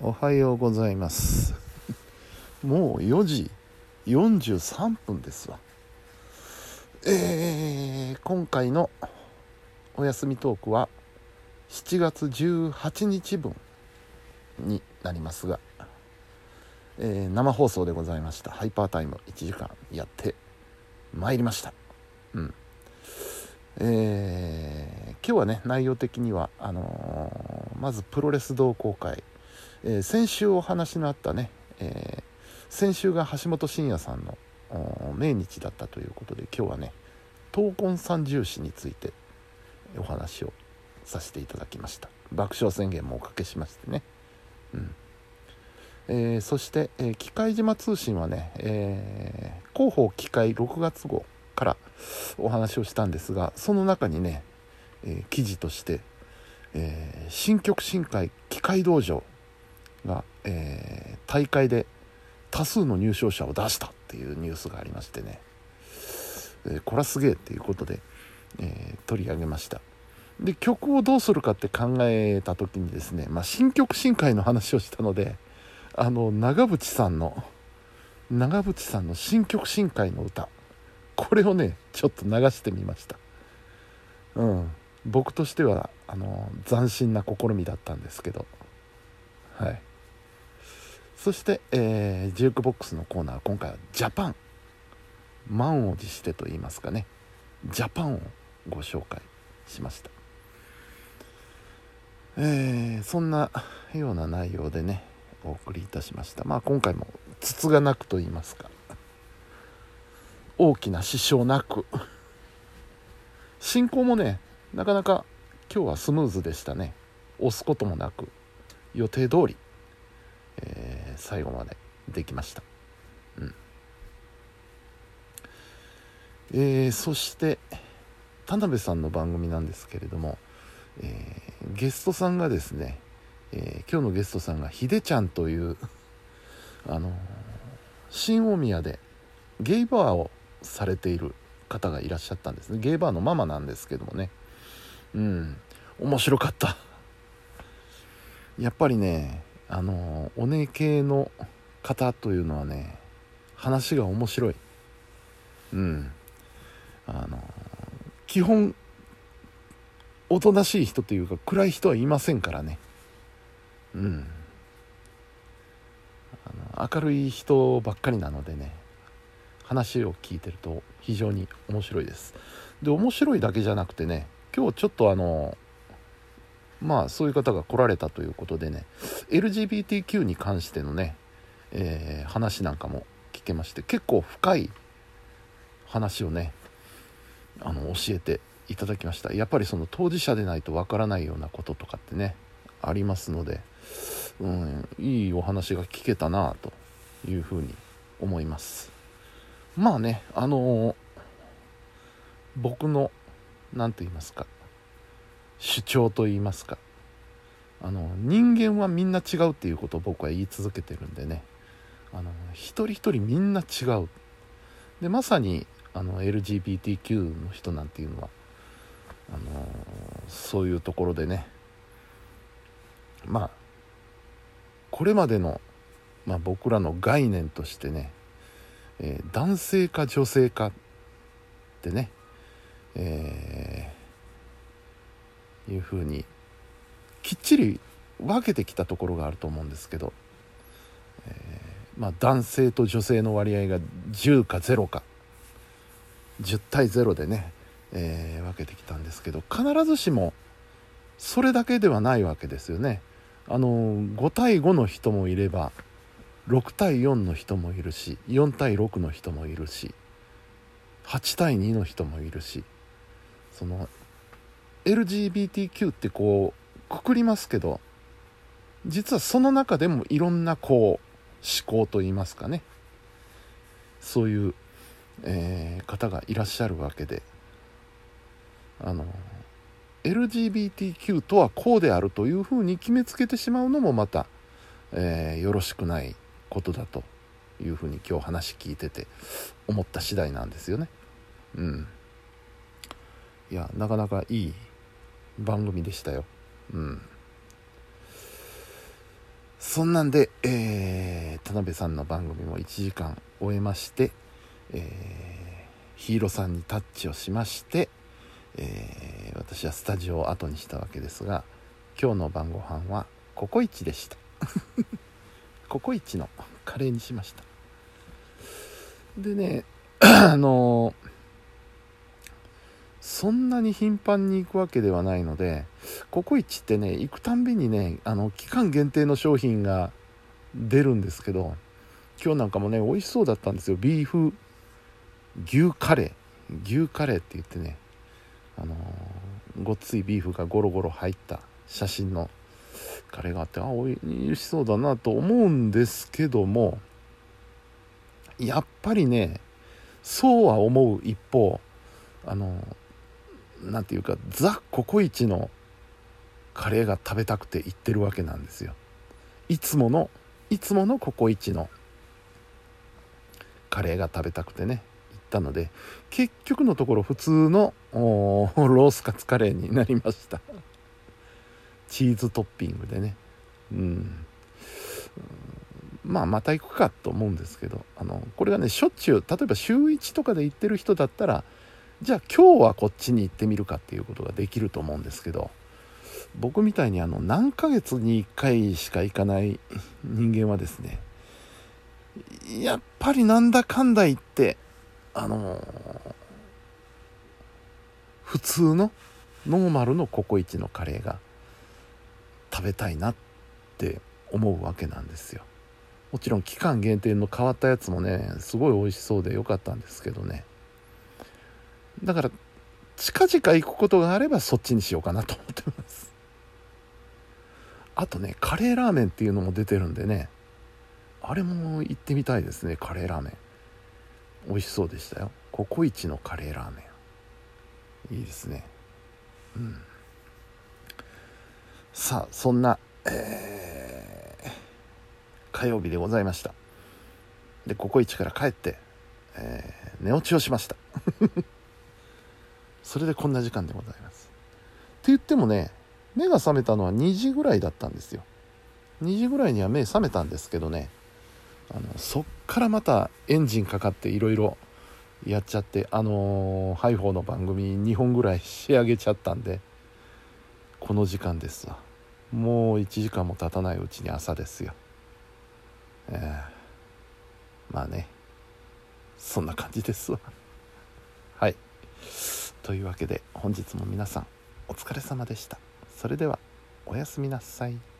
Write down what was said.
おはようございます。もう4時43分ですわ。今回のお休みトークは7月18日分になりますが、生放送でございました。ハイパータイム1時間やってまいりました。今日はね、内容的にはまずプロレス同好会、先週お話のあったね、先週が橋本真也さんの命日だったということで、今日はね闘魂三重士についてお話をさせていただきました。爆笑宣言もおかけしましてね、そして、機械島通信はね、広報機械6月号からお話をしたんですが、その中にね、記事として、新曲新会機械道場が、大会で多数の入賞者を出したっていうニュースがありましてね、これはすげえっていうことで、取り上げました。で、曲をどうするかって考えた時にですね、新曲新会の話をしたので、長渕さんの新曲新会の歌、これをねちょっと流してみました。僕としては斬新な試みだったんですけど、はい。そして、ジュークボックスのコーナー、今回はジャパン、満を持してと言いますかね、ジャパンをご紹介しました。そんなような内容でねお送りいたしました。今回もつつがなくと言いますか、大きな支障なく、進行もねなかなか今日はスムーズでしたね。押すこともなく予定通り、最後までできました。そして田辺さんの番組なんですけれども、ゲストさんがですね、今日のゲストさんがひでちゃんという新大宮でゲイバーをされている方がいらっしゃったんですね。ゲイバーのママなんですけどもね、面白かった。やっぱりねお姉系の方というのはね話が面白い。基本おとなしい人というか暗い人はいませんからね。明るい人ばっかりなのでね、話を聞いてると非常に面白いです。で、面白いだけじゃなくてね、今日ちょっとそういう方が来られたということでね、 LGBTQ に関してのね、話なんかも聞けまして、結構深い話をね教えていただきました。やっぱりその当事者でないとわからないようなこととかってねありますので、いいお話が聞けたなというふうに思います。僕の何と言いますか、主張と言いますか、人間はみんな違うっていうことを僕は言い続けてるんでね、一人一人みんな違うで、まさにLGBTQ の人なんていうのはそういうところでね、これまでの、僕らの概念としてね、男性か女性かってね、いうふうにきっちり分けてきたところがあると思うんですけど、男性と女性の割合が10か0か10対0でね、分けてきたんですけど、必ずしもそれだけではないわけですよね。5対5の人もいれば6対4の人もいるし、4対6の人もいるし、8対2の人もいるし、その LGBTQ ってこうくくりますけど、実はその中でもいろんな思考といいますかね、そういう、方がいらっしゃるわけで、LGBTQ とはこうであるというふうに決めつけてしまうのもまた、よろしくないことだというふうに今日話聞いてて思った次第なんですよね。いや、なかなかいい番組でしたよ。 そんなんで、田辺さんの番組も1時間終えまして、ヒーローさんにタッチをしまして、私はスタジオを後にしたわけですが、今日の晩ご飯はココイチでしたココイチのカレーにしました。でねそんなに頻繁に行くわけではないので、ココイチってね、行くたんびにね、期間限定の商品が出るんですけど、今日なんかもね美味しそうだったんですよ。ビーフ牛カレーって言ってね、ごっついビーフがゴロゴロ入った写真のカレーがあって、美味しそうだなと思うんですけども、やっぱりね、そうは思う一方、なんていうか、ザ・ココイチのカレーが食べたくて行ってるわけなんですよ。いつものココイチのカレーが食べたくてね行ったので、結局のところ普通のロースカツカレーになりました。チーズトッピングでね、また行くかと思うんですけど、これがねしょっちゅう、例えば週1とかで行ってる人だったら、じゃあ今日はこっちに行ってみるかっていうことができると思うんですけど、僕みたいに何ヶ月に1回しか行かない人間はですね、やっぱりなんだかんだ言って普通のノーマルのココイチのカレーが食べたいなって思うわけなんですよ。もちろん期間限定の変わったやつもねすごい美味しそうでよかったんですけどね、だから近々行くことがあればそっちにしようかなと思ってます。あとね、カレーラーメンっていうのも出てるんでね、あれも行ってみたいですね。カレーラーメン美味しそうでしたよ。ココイチのカレーラーメンいいですね。さあそんな、火曜日でございました。でココイチから帰って、寝落ちをしましたそれでこんな時間でございます。って言ってもね、目が覚めたのは2時ぐらいだったんですよ。2時ぐらいには目覚めたんですけどね、そっからまたエンジンかかっていろいろやっちゃって、ハイフォーの番組2本ぐらい仕上げちゃったんで、この時間ですわ。もう1時間も経たないうちに朝ですよ。まあね、そんな感じですわ。はい、というわけで本日も皆さんお疲れ様でした。それではおやすみなさい。